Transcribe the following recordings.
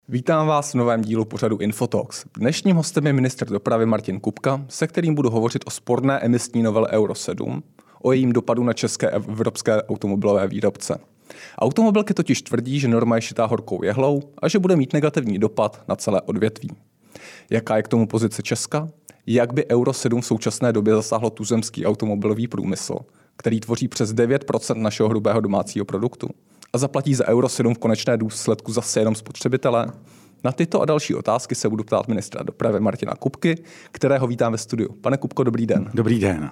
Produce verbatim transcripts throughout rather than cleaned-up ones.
Vítám vás v novém dílu pořadu Infotalks. Dnešním hostem je ministr dopravy Martin Kupka, se kterým budu hovořit o sporné emisní novele Euro sedm, o jejím dopadu na české a evropské automobilové výrobce. Automobilky totiž tvrdí, že norma je šitá horkou jehlou a že bude mít negativní dopad na celé odvětví. Jaká je k tomu pozice Česka? Jak by Euro sedm v současné době zasáhlo tuzemský automobilový průmysl, který tvoří přes devět procent našeho hrubého domácího produktu? A zaplatí za Euro sedm v konečné důsledku zase jenom spotřebitelé? Na tyto a další otázky se budu ptát ministra dopravy Martina Kupky, kterého vítám ve studiu. Pane Kupko, dobrý den. Dobrý den.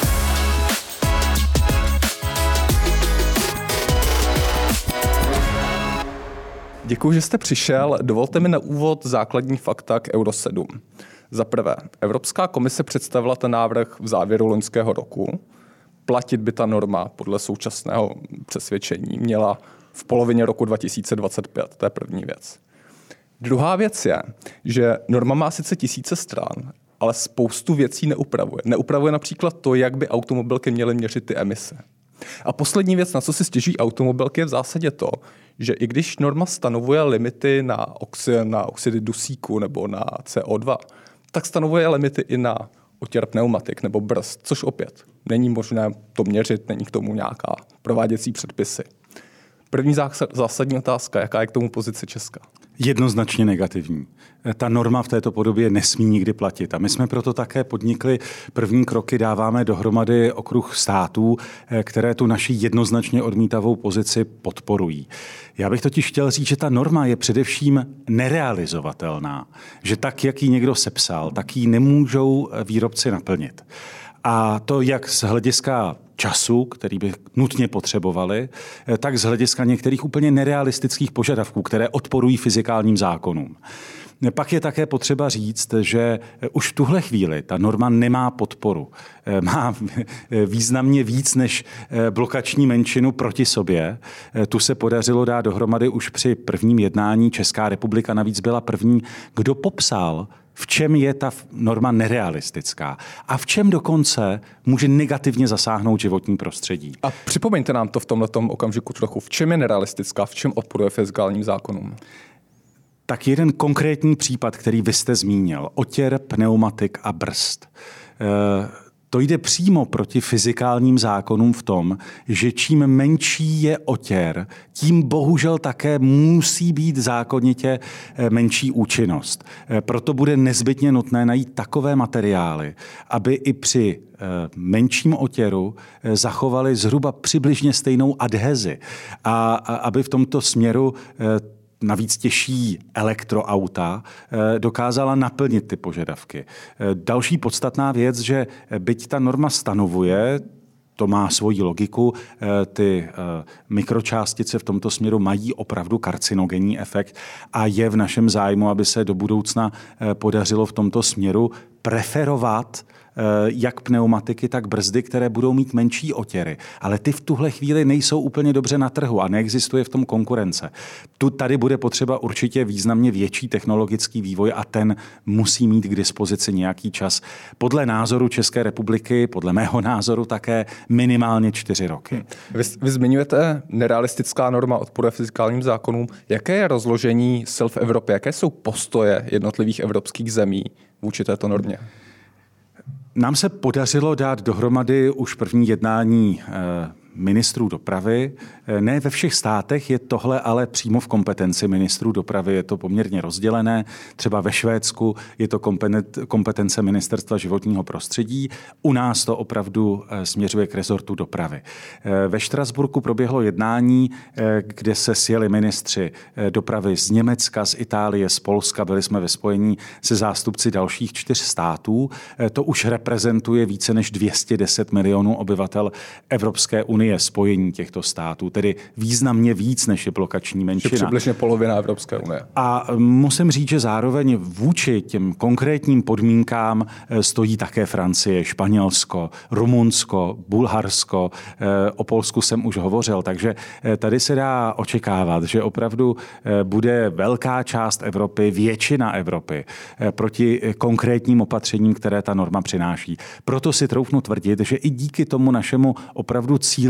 Děkuji, že jste přišel. Dovolte mi na úvod základní fakta k Euro sedm. Za prvé, Evropská komise představila ten návrh v závěru loňského roku. Platit by ta norma podle současného přesvědčení měla v polovině roku dva tisíce dvacet pět. To je první věc. Druhá věc je, že norma má sice tisíce stran, ale spoustu věcí neupravuje. Neupravuje například to, jak by automobilky měly měřit ty emise. A poslední věc, na co si stěžují automobilky, je v zásadě to, že i když norma stanovuje limity na, oxy, na oxidy dusíku nebo na C O dva, tak stanovuje limity i na otěr pneumatik nebo brzd, což opět není možné to měřit, není k tomu nějaká prováděcí předpisy. První zásadní otázka, jaká je k tomu pozice Česka? Jednoznačně negativní. Ta norma v této podobě nesmí nikdy platit. A my jsme proto také podnikli první kroky, dáváme dohromady okruh států, které tu naši jednoznačně odmítavou pozici podporují. Já bych totiž chtěl říct, že ta norma je především nerealizovatelná. Že tak, jak ji někdo sepsal, tak ji nemůžou výrobci naplnit. A to jak z hlediska času, který by nutně potřebovali, tak z hlediska některých úplně nerealistických požadavků, které odporují fyzikálním zákonům. Pak je také potřeba říct, že už v tuhle chvíli ta norma nemá podporu. Má významně víc než blokační menšinu proti sobě. Tu se podařilo dát dohromady už při prvním jednání. Česká republika navíc byla první, kdo popsal, v čem je ta norma nerealistická a v čem dokonce může negativně zasáhnout životní prostředí. A připomeňte nám to v tomhletom okamžiku trochu. V čem je nerealistická, v čem odporuje fyzikálním zákonům? Tak jeden konkrétní případ, který vy jste zmínil, otěr pneumatik a brzd. E- To jde přímo proti fyzikálním zákonům v tom, že čím menší je otěr, tím bohužel také musí být zákonitě menší účinnost. Proto bude nezbytně nutné najít takové materiály, aby i při menším otěru zachovali zhruba přibližně stejnou adhezi a aby v tomto směru navíc těžší elektroauta dokázala naplnit ty požadavky. Další podstatná věc, že byť ta norma stanovuje, to má svoji logiku, ty mikročástice v tomto směru mají opravdu karcinogenní efekt a je v našem zájmu, aby se do budoucna podařilo v tomto směru preferovat jak pneumatiky, tak brzdy, které budou mít menší otěry. Ale ty v tuhle chvíli nejsou úplně dobře na trhu a neexistuje v tom konkurence. Tu tady bude potřeba určitě významně větší technologický vývoj a ten musí mít k dispozici nějaký čas. Podle názoru České republiky, podle mého názoru také minimálně čtyři roky. Hmm. Vy, vy zmiňujete nerealistická norma odporuje fyzikálním zákonům. Jaké je rozložení sil v Evropě? Jaké jsou postoje jednotlivých evropských zemí vůči této normě? Nám se podařilo dát dohromady už první jednání ministrů dopravy. Ne ve všech státech je tohle ale přímo v kompetenci ministrů dopravy. Je to poměrně rozdělené. Třeba ve Švédsku je to kompetence Ministerstva životního prostředí. U nás to opravdu směřuje k rezortu dopravy. Ve Štrasburku proběhlo jednání, kde se sjeli ministři dopravy z Německa, z Itálie, z Polska. Byli jsme ve spojení se zástupci dalších čtyř států. To už reprezentuje více než dvě stě deset milionů obyvatel Evropské unie. Spojení těchto států, tedy významně víc než je blokační menšina. Přibližně polovina Evropské unie. A musím říct, že zároveň vůči těm konkrétním podmínkám stojí také Francie, Španělsko, Rumunsko, Bulharsko. O Polsku jsem už hovořil, takže tady se dá očekávat, že opravdu bude velká část Evropy, většina Evropy proti konkrétním opatřením, které ta norma přináší. Proto si troufnu tvrdit, že i díky tomu našemu opravdu cíle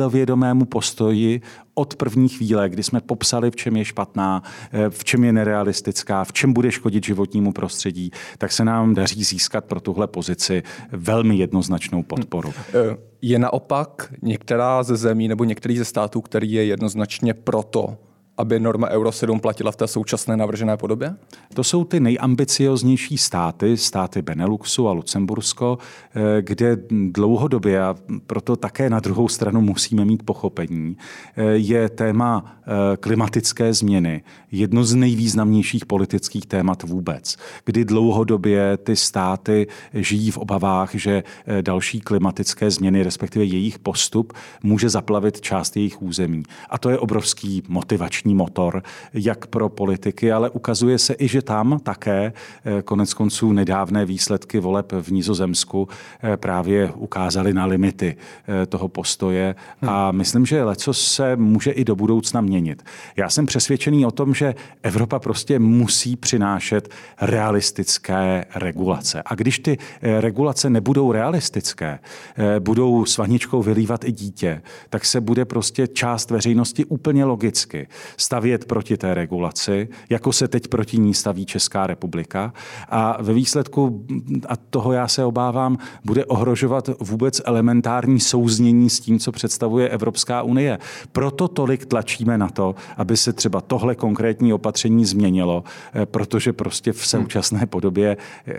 cílevědomému postoji od první chvíle, kdy jsme popsali, v čem je špatná, v čem je nerealistická, v čem bude škodit životnímu prostředí, tak se nám daří získat pro tuhle pozici velmi jednoznačnou podporu. Je naopak některá ze zemí nebo některý ze států, který je jednoznačně proto, aby norma Euro sedm platila v té současné navržené podobě? To jsou ty nejambicioznější státy, státy Beneluxu a Lucembursko, kde dlouhodobě, a proto také na druhou stranu musíme mít pochopení, je téma klimatické změny jedno z nejvýznamnějších politických témat vůbec, kdy dlouhodobě ty státy žijí v obavách, že další klimatické změny, respektive jejich postup, může zaplavit část jejich území. A to je obrovský motivační motor, jak pro politiky, ale ukazuje se i, že tam také konec konců nedávné výsledky voleb v Nizozemsku právě ukázaly na limity toho postoje a myslím, že leco se může i do budoucna měnit. Já jsem přesvědčený o tom, že Evropa prostě musí přinášet realistické regulace. A když ty regulace nebudou realistické, budou s vaničkou vylívat i dítě, tak se bude prostě část veřejnosti úplně logicky stavět proti té regulaci, jako se teď proti ní staví Česká republika. A ve výsledku, a toho já se obávám, bude ohrožovat vůbec elementární souznění s tím, co představuje Evropská unie. Proto tolik tlačíme na to, aby se třeba tohle konkrétní opatření změnilo, protože prostě v současné podobě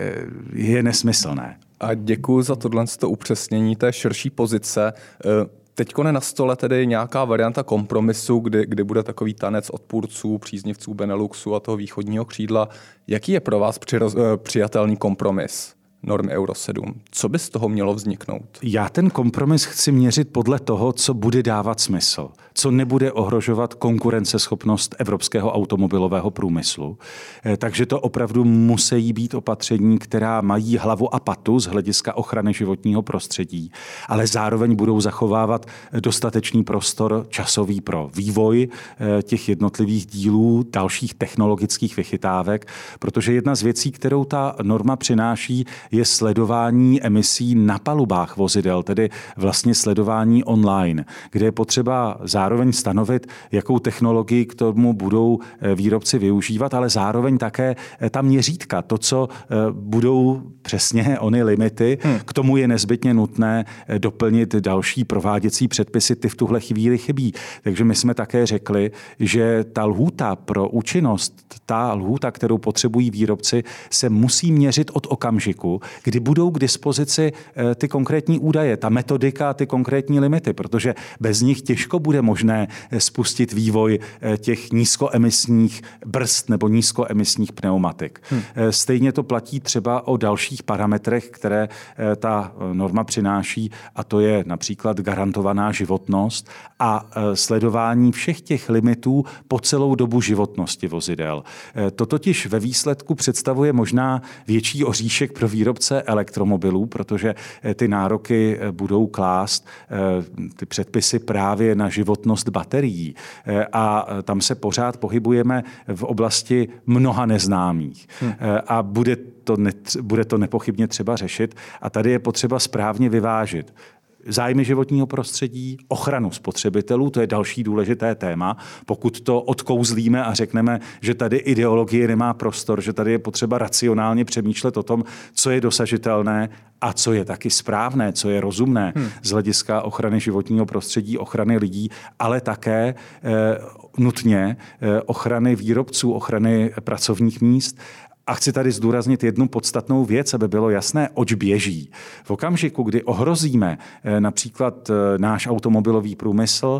je nesmyslné. A děkuji za tohle upřesnění té širší pozice. Teďko je na stole tedy nějaká varianta kompromisu, kdy, kdy bude takový tanec odpůrců, příznivců Beneluxu a toho východního křídla. Jaký je pro vás přiroz, přijatelný kompromis normy Euro sedm? Co by z toho mělo vzniknout? Já ten kompromis chci měřit podle toho, co bude dávat smysl, co nebude ohrožovat konkurenceschopnost evropského automobilového průmyslu. Takže to opravdu musí být opatření, která mají hlavu a patu z hlediska ochrany životního prostředí, ale zároveň budou zachovávat dostatečný prostor časový pro vývoj těch jednotlivých dílů, dalších technologických vychytávek, protože jedna z věcí, kterou ta norma přináší, je sledování emisí na palubách vozidel, tedy vlastně sledování online, kde je potřeba zároveň stanovit, jakou technologii k tomu budou výrobci využívat, ale zároveň také ta měřítka, to, co budou přesně ony limity. Hmm. K tomu je nezbytně nutné doplnit další prováděcí předpisy, ty v tuhle chvíli chybí. Takže my jsme také řekli, že ta lhůta pro účinnost, ta lhůta, kterou potřebují výrobci, se musí měřit od okamžiku, kdy budou k dispozici ty konkrétní údaje, ta metodika, ty konkrétní limity, protože bez nich těžko bude možné spustit vývoj těch nízkoemisních brzd nebo nízkoemisních pneumatik. Hmm. Stejně to platí třeba o dalších parametrech, které ta norma přináší, a to je například garantovaná životnost a sledování všech těch limitů po celou dobu životnosti vozidel. To totiž ve výsledku představuje možná větší oříšek pro výrobce elektromobilů, protože ty nároky budou klást ty předpisy právě na životnost baterií. A tam se pořád pohybujeme v oblasti mnoha neznámých. Hmm. A bude to, ne, bude to nepochybně třeba řešit. A tady je potřeba správně vyvážit zájmy životního prostředí, ochranu spotřebitelů, to je další důležité téma. Pokud to odkouzlíme a řekneme, že tady ideologie nemá prostor, že tady je potřeba racionálně přemýšlet o tom, co je dosažitelné a co je taky správné, co je rozumné hmm. z hlediska ochrany životního prostředí, ochrany lidí, ale také eh, nutně eh, ochrany výrobců, ochrany pracovních míst. A chci tady zdůraznit jednu podstatnou věc, aby bylo jasné, oč běží. V okamžiku, kdy ohrozíme například náš automobilový průmysl,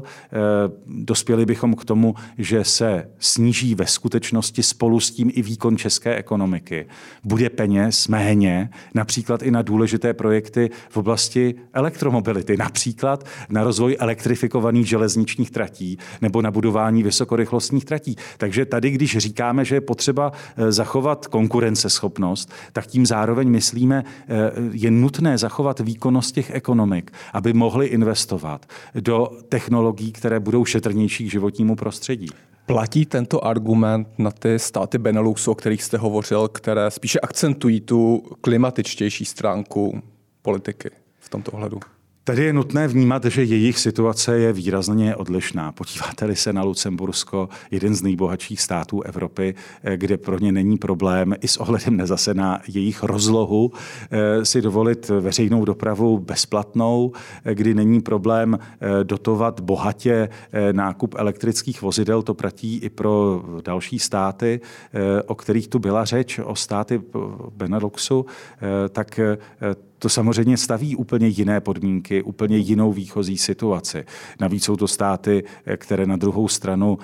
dospěli bychom k tomu, že se sníží ve skutečnosti spolu s tím i výkon české ekonomiky. Bude peněz méně, například i na důležité projekty v oblasti elektromobility, například na rozvoj elektrifikovaných železničních tratí nebo na budování vysokorychlostních tratí. Takže tady, když říkáme, že je potřeba zachovat konkurenceschopnost, tak tím zároveň myslíme, je nutné zachovat výkonnost těch ekonomik, aby mohly investovat do technologií, které budou šetrnější k životnímu prostředí. Platí tento argument na ty státy Beneluxu, o kterých jste hovořil, které spíše akcentují tu klimatičtější stránku politiky v tomto ohledu? Tady je nutné vnímat, že jejich situace je výrazně odlišná. Podíváte-li se na Lucembursko, jeden z nejbohatších států Evropy, kde pro ně není problém i s ohledem na zase na jejich rozlohu si dovolit veřejnou dopravu bezplatnou, kdy není problém dotovat bohatě nákup elektrických vozidel, to platí i pro další státy, o kterých tu byla řeč, o státy Beneluxu, tak to samozřejmě staví úplně jiné podmínky, úplně jinou výchozí situaci. Navíc jsou to státy, které na druhou stranu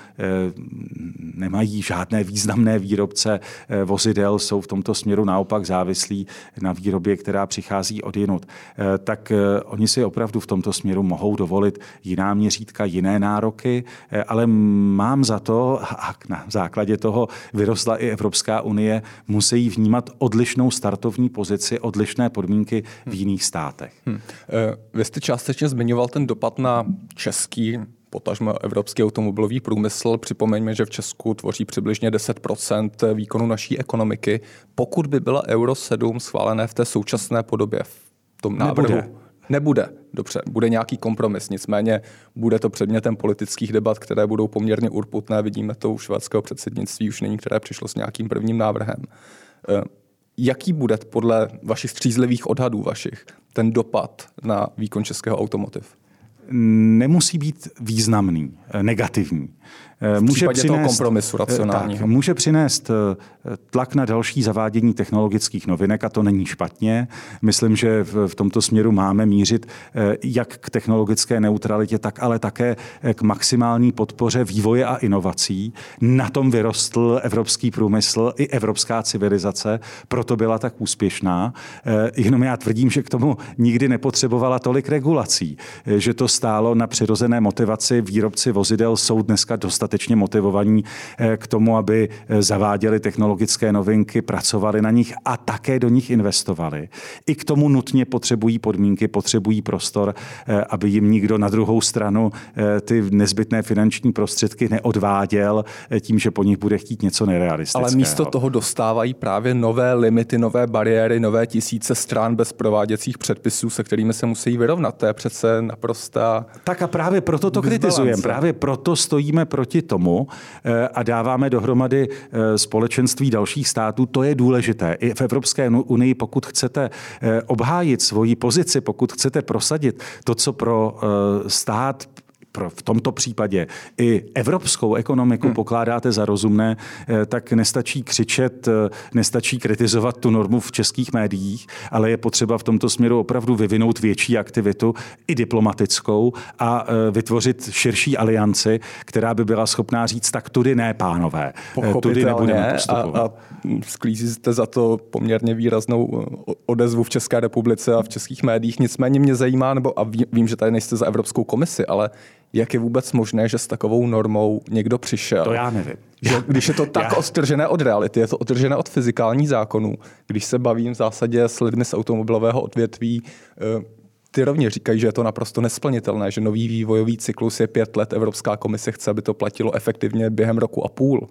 nemají žádné významné výrobce vozidel, jsou v tomto směru naopak závislí na výrobě, která přichází odjinud. Tak oni si opravdu v tomto směru mohou dovolit jiná měřítka, jiné nároky, ale mám za to, a na základě toho vyrostla i Evropská unie, musí vnímat odlišnou startovní pozici, odlišné podmínky v jiných státech. Hmm. Vy jste částečně zmiňoval ten dopad na český, potažmo evropský automobilový průmysl. Připomeňme, že v Česku tvoří přibližně deset procent výkonu naší ekonomiky. Pokud by byla Euro sedm schválené v té současné podobě, v tom návrhu... Nebude. Nebude. Dobře, bude nějaký kompromis. Nicméně bude to předmětem politických debat, které budou poměrně urputné. Vidíme to u švédského předsednictví, už není, které přišlo s nějakým prvním návrhem. Jaký bude podle vašich střízlivých odhadů vašich ten dopad na výkon českého automotiv? Nemusí být významný, negativní. V může případě přinést, toho kompromisu racionálního. Tak, může přinést tlak na další zavádění technologických novinek a to není špatně. Myslím, že v, v tomto směru máme mířit jak k technologické neutralitě, tak ale také k maximální podpoře vývoje a inovací. Na tom vyrostl evropský průmysl i evropská civilizace, proto byla tak úspěšná. Jenom já tvrdím, že k tomu nikdy nepotřebovala tolik regulací, že to stálo na přirozené motivaci. Výrobci vozidel jsou dneska dostatečně motivovaní k tomu, aby zaváděli technologické novinky, pracovali na nich a také do nich investovali. I k tomu nutně potřebují podmínky, potřebují prostor, aby jim nikdo na druhou stranu ty nezbytné finanční prostředky neodváděl tím, že po nich bude chtít něco nerealistického. Ale místo toho dostávají právě nové limity, nové bariéry, nové tisíce stran bez prováděcích předpisů, se kterými se musí vyrovnat. To je přece naprostá... Tak a právě proto to kritizujeme. Právě proto stojíme proti tomu a dáváme dohromady společenství dalších států. To je důležité. I v Evropské unii, pokud chcete obhájit svoji pozici, pokud chcete prosadit to, co pro stát pro v tomto případě i evropskou ekonomiku hmm. pokládáte za rozumné, tak nestačí křičet, nestačí kritizovat tu normu v českých médiích, ale je potřeba v tomto směru opravdu vyvinout větší aktivitu, i diplomatickou, a vytvořit širší alianci, která by byla schopná říct, tak tudy ne, pánové, tudy nebudeme postupovat. A, a sklízíte za to poměrně výraznou odezvu v České republice a v českých médiích. Nicméně mě zajímá, nebo a vím, že tady nejste za Evropskou komisi, ale jak je vůbec možné, že s takovou normou někdo přišel? To já nevím. Že, když je to tak já... odtržené od reality, je to odtržené od fyzikálních zákonů. Když se bavím v zásadě s lidmi z automobilového odvětví, ty rovněž říkají, že je to naprosto nesplnitelné, že nový vývojový cyklus je pět let, Evropská komise chce, aby to platilo efektivně během roku a půl.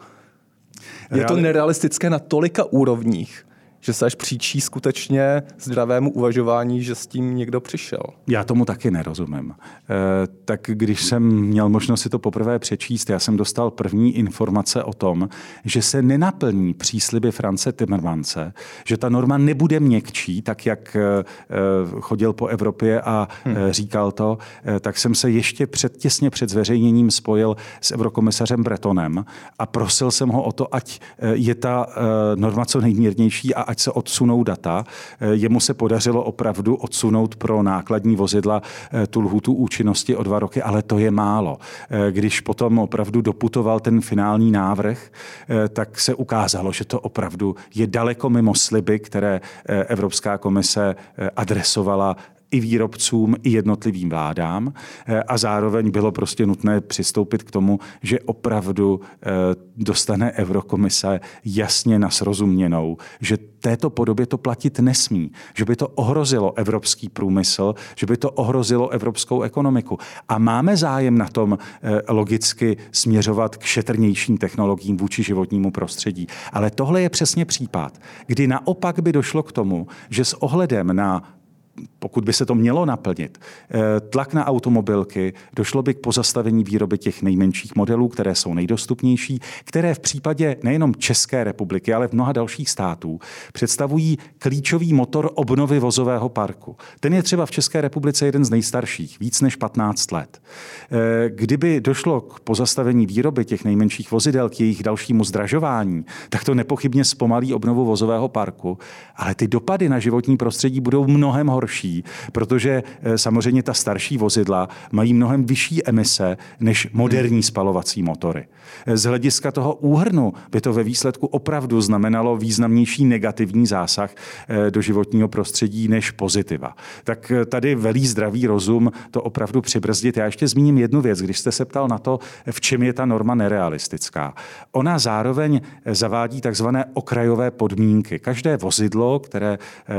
Je Reali... to nerealistické na tolika úrovních, že se až příčí skutečně zdravému uvažování, že s tím někdo přišel. Já tomu taky nerozumím. E, tak když jsem měl možnost si to poprvé přečíst, já jsem dostal první informace o tom, že se nenaplní přísliby France Timmermanse, že ta norma nebude měkčí, tak jak e, chodil po Evropě a hmm. e, říkal to, e, tak jsem se ještě před, těsně před zveřejněním spojil s eurokomisařem Bretonem a prosil jsem ho o to, ať je ta e, norma co nejmírnější a ať se odsunou data. Jemu se podařilo opravdu odsunout pro nákladní vozidla tu lhůtu účinnosti o dva roky, ale to je málo. Když potom opravdu doputoval ten finální návrh, tak se ukázalo, že to opravdu je daleko mimo sliby, které Evropská komise adresovala i výrobcům, i jednotlivým vládám, a zároveň bylo prostě nutné přistoupit k tomu, že opravdu dostane Eurokomise jasně nasrozuměnou, že této podobě to platit nesmí, že by to ohrozilo evropský průmysl, že by to ohrozilo evropskou ekonomiku. A máme zájem na tom logicky směřovat k šetrnějším technologiím vůči životnímu prostředí. Ale tohle je přesně případ, kdy naopak by došlo k tomu, že s ohledem na pokud by se to mělo naplnit, tlak na automobilky, došlo by k pozastavení výroby těch nejmenších modelů, které jsou nejdostupnější, které v případě nejenom České republiky, ale v mnoha dalších států představují klíčový motor obnovy vozového parku. Ten je třeba v České republice jeden z nejstarších, víc než patnáct let. Kdyby došlo k pozastavení výroby těch nejmenších vozidel, k jejich dalšímu zdražování, tak to nepochybně zpomalí obnovu vozového parku, ale ty dopady na životní prostředí budou mnohem horší, protože samozřejmě ta starší vozidla mají mnohem vyšší emise než moderní spalovací motory. Z hlediska toho úhrnu by to ve výsledku opravdu znamenalo významnější negativní zásah do životního prostředí než pozitiva. Tak tady velí zdravý rozum to opravdu přibrzdit. Já ještě zmíním jednu věc, když jste se ptal na to, v čem je ta norma nerealistická. Ona zároveň zavádí takzvané okrajové podmínky. Každé vozidlo, které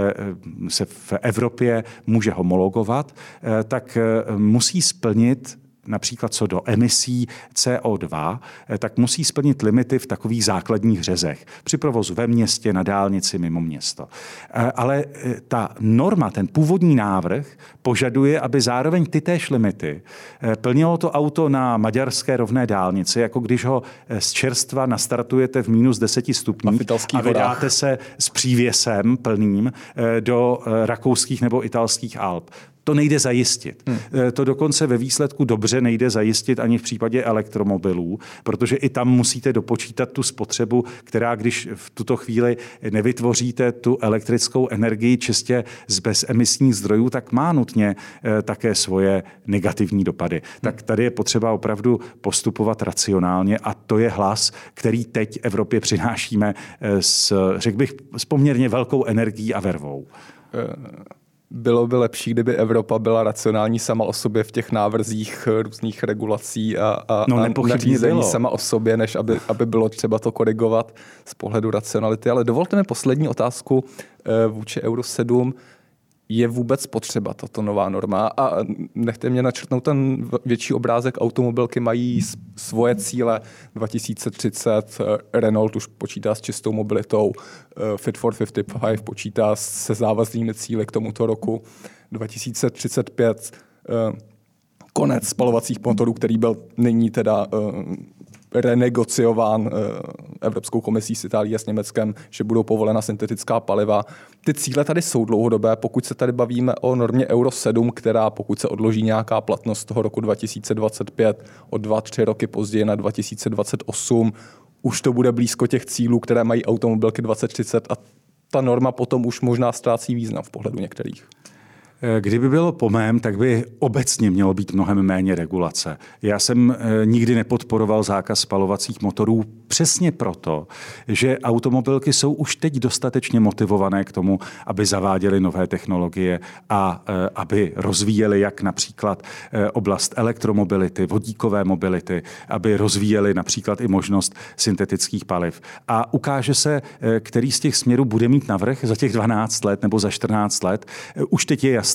se v Evropě může homologovat, tak musí splnit například co do emisí C O dva, tak musí splnit limity v takových základních řezech. Při provozu ve městě, na dálnici, mimo město. Ale ta norma, ten původní návrh požaduje, aby zároveň ty též limity plnilo to auto na maďarské rovné dálnici, jako když ho z čerstva nastartujete v minus deseti stupních a vydáte se s přívěsem plným do rakouských nebo italských Alp. To nejde zajistit. Hmm. To dokonce ve výsledku dobře nejde zajistit ani v případě elektromobilů, protože i tam musíte dopočítat tu spotřebu, která, když v tuto chvíli nevytvoříte tu elektrickou energii čistě z bezemisních zdrojů, tak má nutně také svoje negativní dopady. Hmm. Tak tady je potřeba opravdu postupovat racionálně a to je hlas, který teď Evropě přinášíme s, řekl bych, s poměrně velkou energií a vervou. Uh... Bylo by lepší, kdyby Evropa byla racionální sama o sobě v těch návrzích různých regulací a, a, no, a nařízení sama o sobě, než aby, aby bylo třeba to korigovat z pohledu racionality. Ale dovolte mi poslední otázku vůči Euro sedm. Je vůbec potřeba tato nová norma? A nechte mě načrtnout ten větší obrázek. Automobilky mají svoje cíle dva tisíce třicet, Renault už počítá s čistou mobilitou, Fit for padesát pět počítá se závaznými cíli k tomuto roku, dva tisíce třicet pět konec spalovacích motorů, který byl nyní teda renegociován Evropskou komisí s Itálií a s Německem, že budou povolena syntetická paliva. Ty cíle tady jsou dlouhodobé, pokud se tady bavíme o normě Euro sedm, která pokud se odloží nějaká platnost toho roku dva tisíce dvacet pět o dva, tři roky později na dva tisíce dvacet osm, už to bude blízko těch cílů, které mají automobilky dvacet třicet a ta norma potom už možná ztrácí význam v pohledu některých. Kdyby bylo po mém, tak by obecně mělo být mnohem méně regulace. Já jsem nikdy nepodporoval zákaz spalovacích motorů přesně proto, že automobilky jsou už teď dostatečně motivované k tomu, aby zaváděly nové technologie a aby rozvíjely jak například oblast elektromobility, vodíkové mobility, aby rozvíjely například i možnost syntetických paliv. A ukáže se, který z těch směrů bude mít navrch za těch dvanáct let nebo za čtrnáct let. Už teď je jasné,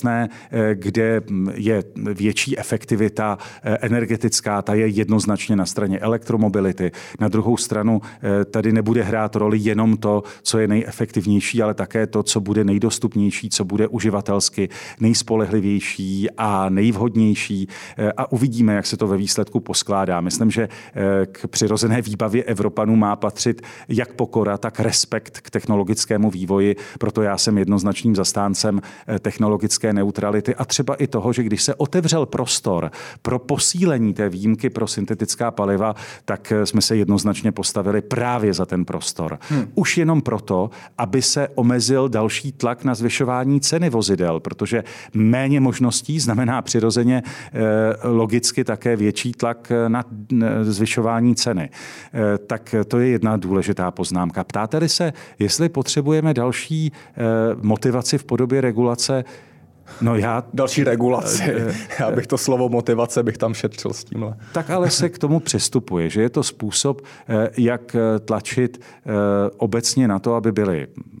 kde je větší efektivita energetická, ta je jednoznačně na straně elektromobility. Na druhou stranu tady nebude hrát roli jenom to, co je nejefektivnější, ale také to, co bude nejdostupnější, co bude uživatelsky nejspolehlivější a nejvhodnější. A uvidíme, jak se to ve výsledku poskládá. Myslím, že k přirozené výbavě Evropanů má patřit jak pokora, tak respekt k technologickému vývoji. Proto já jsem jednoznačným zastáncem technologické neutrality a třeba i toho, že když se otevřel prostor pro posílení té výjimky pro syntetická paliva, tak jsme se jednoznačně postavili právě za ten prostor. Hmm. Už jenom proto, aby se omezil další tlak na zvyšování ceny vozidel, protože méně možností znamená přirozeně logicky také větší tlak na zvyšování ceny. Tak to je jedna důležitá poznámka. Ptáte-li se, jestli potřebujeme další motivaci v podobě regulace. No já... Další regulaci. Já bych to slovo motivace bych tam šetřil s tímhle. Tak ale se k tomu přistupuje, že je to způsob, jak tlačit obecně na to, aby byly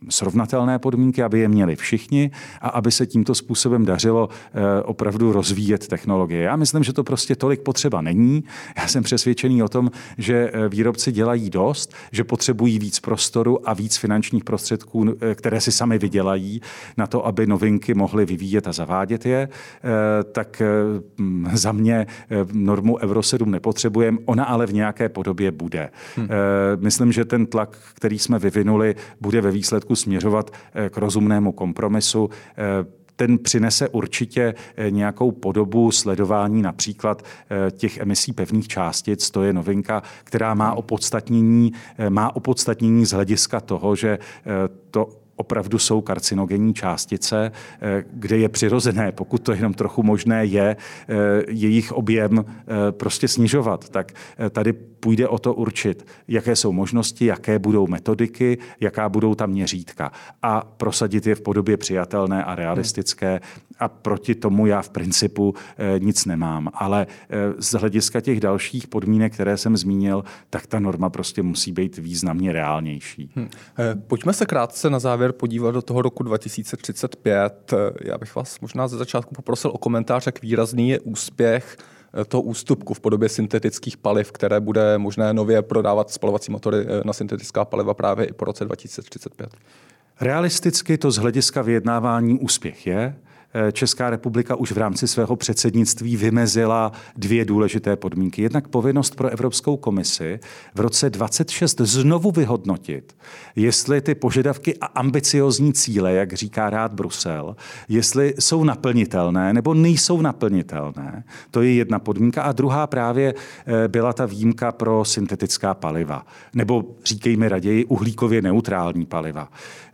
srovnatelné podmínky, aby je měli všichni a aby se tímto způsobem dařilo opravdu rozvíjet technologie. Já myslím, že to prostě tolik potřeba není. Já jsem přesvědčený o tom, že výrobci dělají dost, že potřebují víc prostoru a víc finančních prostředků, které si sami vydělají na to, aby novinky mohly vyvíjet a zavádět je. Tak za mě normu Euro sedm nepotřebujeme, ona ale v nějaké podobě bude. Hmm. Myslím, že ten tlak, který jsme vyvinuli, bude ve výsledku směřovat k rozumnému kompromisu. Ten přinese určitě nějakou podobu sledování například těch emisí pevných částic. To je novinka, která má opodstatnění, má opodstatnění z hlediska toho, že to opravdu jsou karcinogenní částice, kde je přirozené, pokud to jenom trochu možné je, jejich objem prostě snižovat. Tak tady půjde o to určit, jaké jsou možnosti, jaké budou metodiky, jaká budou tam měřítka a prosadit je v podobě přijatelné a realistické a proti tomu já v principu nic nemám. Ale z hlediska těch dalších podmínek, které jsem zmínil, tak ta norma prostě musí být významně reálnější. Hmm. Pojďme se krátce na závěr podívat do toho roku dva tisíce třicet pět. Já bych vás možná ze začátku poprosil o komentář, jak výrazný je úspěch toho ústupku v podobě syntetických paliv, které bude možné nově prodávat spalovací motory na syntetická paliva právě i po roce dva tisíce třicet pět. Realisticky to z hlediska vyjednávání úspěch je. Česká republika už v rámci svého předsednictví vymezila dvě důležité podmínky. Jednak povinnost pro Evropskou komisi v roce dvacet šest znovu vyhodnotit, jestli ty požadavky a ambiciozní cíle, jak říká rád Brusel, jestli jsou naplnitelné nebo nejsou naplnitelné. To je jedna podmínka. A druhá právě byla ta výjimka pro syntetická paliva. Nebo říkejme raději uhlíkově neutrální paliva.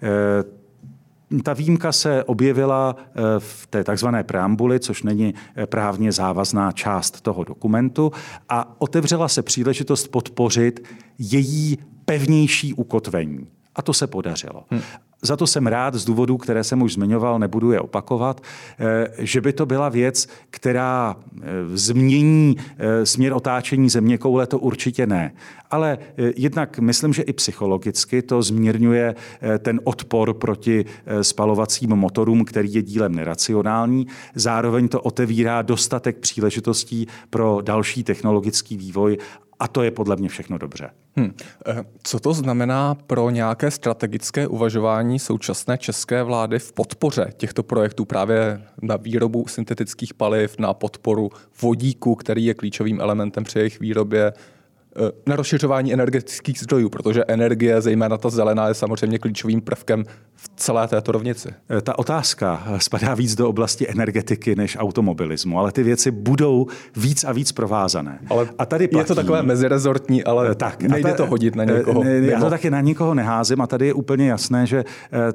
Ta výjimka se objevila v té takzvané preambuli, což není právně závazná část toho dokumentu, a otevřela se příležitost podpořit její pevnější ukotvení. A to se podařilo. Hmm. Za to jsem rád z důvodů, které jsem už zmiňoval, nebudu je opakovat, že by to byla věc, která změní směr otáčení zeměkoule, to určitě ne. Ale jednak myslím, že i psychologicky to zmírňuje ten odpor proti spalovacím motorům, který je dílem neracionální. Zároveň to otevírá dostatek příležitostí pro další technologický vývoj. A to je podle mě všechno dobře. Hmm. Co to znamená pro nějaké strategické uvažování současné české vlády v podpoře těchto projektů právě na výrobu syntetických paliv, na podporu vodíku, který je klíčovým elementem při jejich výrobě, na rozšiřování energetických zdrojů, protože energie, zejména ta zelená, je samozřejmě klíčovým prvkem v celé této rovnici. Ta otázka spadá víc do oblasti energetiky než automobilismu, ale ty věci budou víc a víc provázané. Ale a tady platí, je to takové mezirezortní, ale tak, nejde ta, to hodit na někoho. Ne, já to taky na nikoho neházím a tady je úplně jasné, že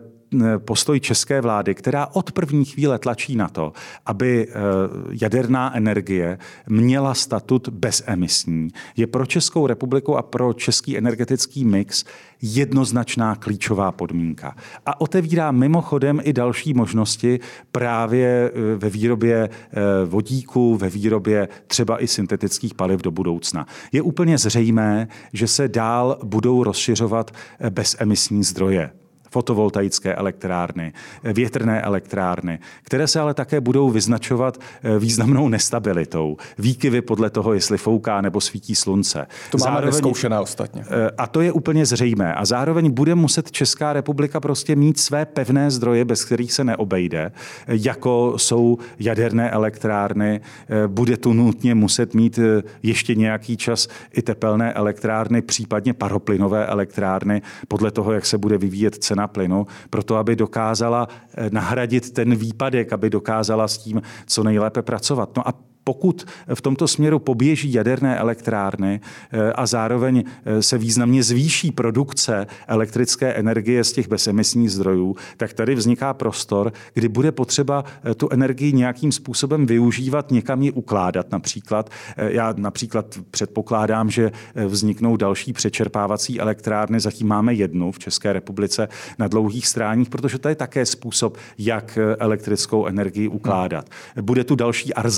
postoj české vlády, která od první chvíle tlačí na to, aby jaderná energie měla statut bezemisní, je pro Českou republiku a pro český energetický mix jednoznačná klíčová podmínka. A otevírá mimochodem i další možnosti právě ve výrobě vodíku, ve výrobě třeba i syntetických paliv do budoucna. Je úplně zřejmé, že se dál budou rozšiřovat bezemisní zdroje. Fotovoltaické elektrárny, větrné elektrárny, které se ale také budou vyznačovat významnou nestabilitou. Výkyvy podle toho, jestli fouká nebo svítí slunce. To máme zároveň vyzkoušené ostatně. A to je úplně zřejmé. A zároveň bude muset Česká republika prostě mít své pevné zdroje, bez kterých se neobejde, jako jsou jaderné elektrárny. Bude tu nutně muset mít ještě nějaký čas i tepelné elektrárny, případně paroplynové elektrárny, podle toho, jak se bude vyvíjet cena plynu, proto aby dokázala nahradit ten výpadek, aby dokázala s tím co nejlépe pracovat. No a pokud v tomto směru poběží jaderné elektrárny a zároveň se významně zvýší produkce elektrické energie z těch bezemisních zdrojů, tak tady vzniká prostor, kdy bude potřeba tu energii nějakým způsobem využívat, někam ji ukládat například. Já například předpokládám, že vzniknou další přečerpávací elektrárny, zatím máme jednu v České republice na Dlouhých Stráních, protože to je také způsob, jak elektrickou energii ukládat. Bude tu další arzenál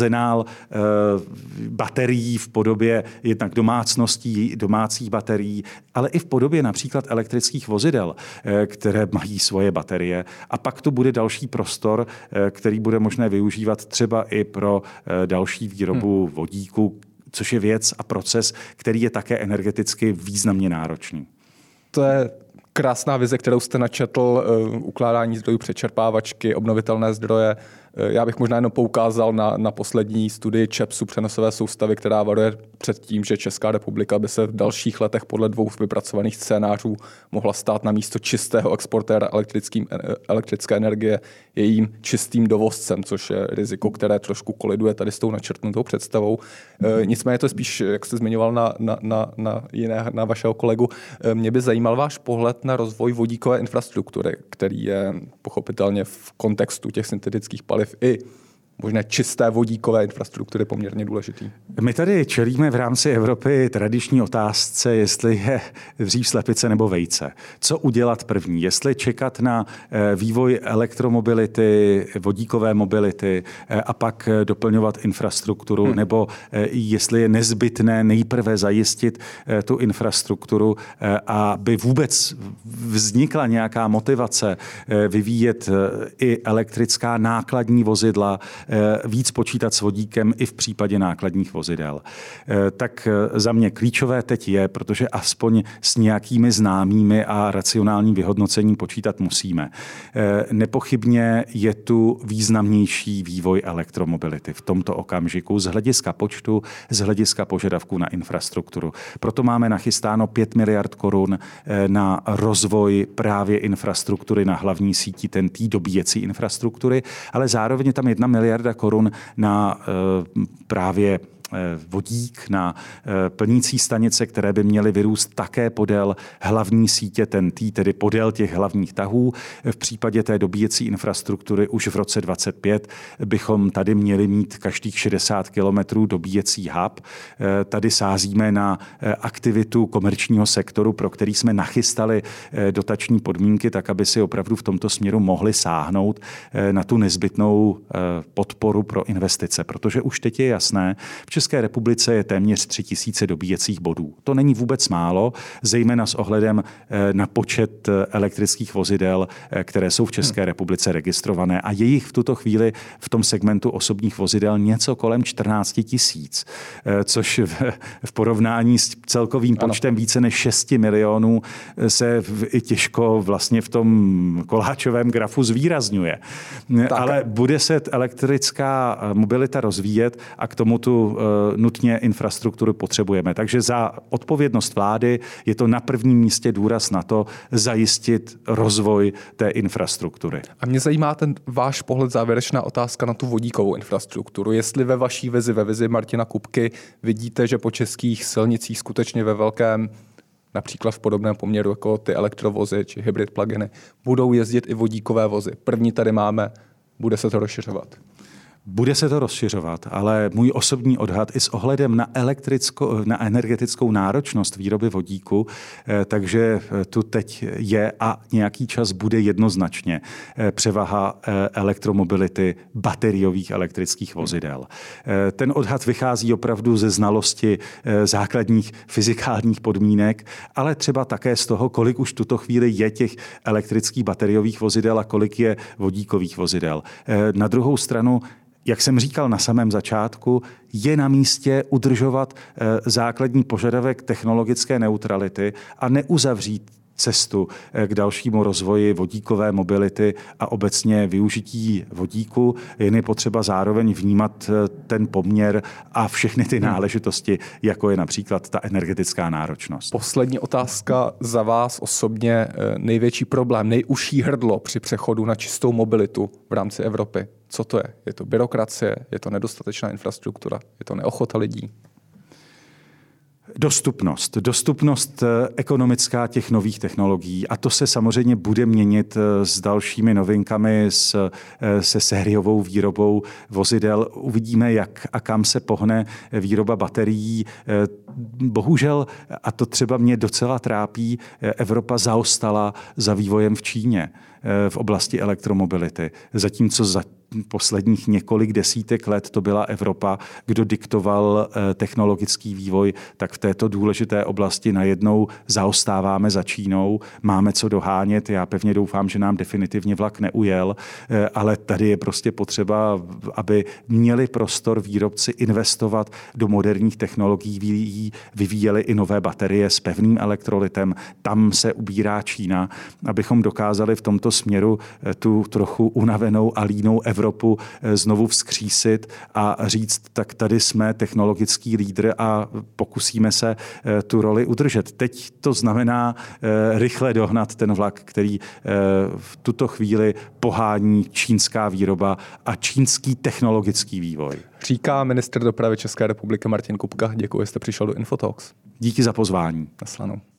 baterií v podobě jednak domácností, domácích baterií, ale i v podobě například elektrických vozidel, které mají svoje baterie. A pak to bude další prostor, který bude možné využívat třeba i pro další výrobu hmm. vodíku, což je věc a proces, který je také energeticky významně náročný. To je krásná vize, kterou jste načetl, ukládání zdrojů přečerpávačky, obnovitelné zdroje. Já bych možná jenom poukázal na, na poslední studii ČEPSu přenosové soustavy, která varuje před tím, že Česká republika by se v dalších letech podle dvou vypracovaných scénářů mohla stát na místo čistého exportéra elektrické energie jejím čistým dovozcem, což je riziko, které trošku koliduje tady s tou načrtnutou představou. E, nicméně to je spíš, jak jste zmiňoval na, na, na, na, jiné, na vašeho kolegu, e, mě by zajímal váš pohled na rozvoj vodíkové infrastruktury, který je pochopitelně v kontextu těch syntetických paliv i možná čisté vodíkové infrastruktury poměrně důležitý. My tady čelíme v rámci Evropy tradiční otázce, jestli je dřív slepice nebo vejce. Co udělat první? Jestli čekat na vývoj elektromobility, vodíkové mobility a pak doplňovat infrastrukturu, hmm. nebo jestli je nezbytné nejprve zajistit tu infrastrukturu, aby vůbec vznikla nějaká motivace vyvíjet i elektrická nákladní vozidla, víc počítat s vodíkem i v případě nákladních vozidel. Tak za mě klíčové teď je, protože aspoň s nějakými známými a racionálním vyhodnocením počítat musíme. Nepochybně je tu významnější vývoj elektromobility v tomto okamžiku z hlediska počtu, z hlediska požadavků na infrastrukturu. Proto máme nachystáno pět miliard korun na rozvoj právě infrastruktury na hlavní síti T E N T, dobíjecí infrastruktury, ale zároveň je tam jedna miliarda korun na uh, právě vodík, na plnící stanice, které by měly vyrůst také podél hlavní sítě T E N T, tedy podél těch hlavních tahů. V případě té dobíjecí infrastruktury už v roce dvacet pět bychom tady měli mít každých šedesát kilometrů dobíjecí hub. Tady sázíme na aktivitu komerčního sektoru, pro který jsme nachystali dotační podmínky, tak aby si opravdu v tomto směru mohli sáhnout na tu nezbytnou podporu pro investice, protože už teď je jasné, v České republice je téměř tři tisíce dobíjecích bodů. To není vůbec málo, zejména s ohledem na počet elektrických vozidel, které jsou v České republice registrované, a je jich v tuto chvíli v tom segmentu osobních vozidel něco kolem čtrnáct tisíc, což v porovnání s celkovým počtem více než šest milionů se i těžko vlastně v tom koláčovém grafu zvýrazňuje. Tak. Ale bude se elektrická mobilita rozvíjet a k tomu tu nutně infrastrukturu potřebujeme. Takže za odpovědnost vlády je to na prvním místě důraz na to zajistit rozvoj té infrastruktury. A mě zajímá ten váš pohled, závěrečná otázka na tu vodíkovou infrastrukturu. Jestli ve vaší vizi, ve vizi Martina Kupky vidíte, že po českých silnicích skutečně ve velkém, například v podobném poměru jako ty elektrovozy či hybrid pluginy, budou jezdit i vodíkové vozy. První tady máme, bude se to rozšiřovat. Bude se to rozšiřovat, ale můj osobní odhad i s ohledem na, elektricko, na energetickou náročnost výroby vodíku, takže tu teď je a nějaký čas bude jednoznačně převaha elektromobility bateriových elektrických vozidel. Ten odhad vychází opravdu ze znalosti základních fyzikálních podmínek, ale třeba také z toho, kolik už v tuto chvíli je těch elektrických bateriových vozidel a kolik je vodíkových vozidel. Na druhou stranu, jak jsem říkal na samém začátku, je na místě udržovat základní požadavek technologické neutrality a neuzavřít cestu k dalšímu rozvoji vodíkové mobility a obecně využití vodíku. Jen je potřeba zároveň vnímat ten poměr a všechny ty náležitosti, jako je například ta energetická náročnost. Poslední otázka za vás osobně. Největší problém, nejužší hrdlo při přechodu na čistou mobilitu v rámci Evropy. Co to je? Je to byrokracie? Je to nedostatečná infrastruktura? Je to neochota lidí? Dostupnost. Dostupnost ekonomická těch nových technologií. A to se samozřejmě bude měnit s dalšími novinkami, s, se sériovou výrobou vozidel. Uvidíme, jak a kam se pohne výroba baterií. Bohužel, a to třeba mě docela trápí, Evropa zaostala za vývojem v Číně v oblasti elektromobility. Zatímco za posledních několik desítek let to byla Evropa, kdo diktoval technologický vývoj, tak v této důležité oblasti najednou zaostáváme za Čínou, máme co dohánět. Já pevně doufám, že nám definitivně vlak neujel, ale tady je prostě potřeba, aby měli prostor výrobci investovat do moderních technologií, vyvíjeli i nové baterie s pevným elektrolytem. Tam se ubírá Čína, abychom dokázali v tomto směru tu trochu unavenou a línou Evropu znovu vzkřísit a říct, tak tady jsme technologický lídr a pokusíme se tu roli udržet. Teď to znamená rychle dohnat ten vlak, který v tuto chvíli pohání čínská výroba a čínský technologický vývoj. Říká ministr dopravy České republiky Martin Kupka. Děkuji, že jste přišel do Infotalks. Díky za pozvání. Naslanou.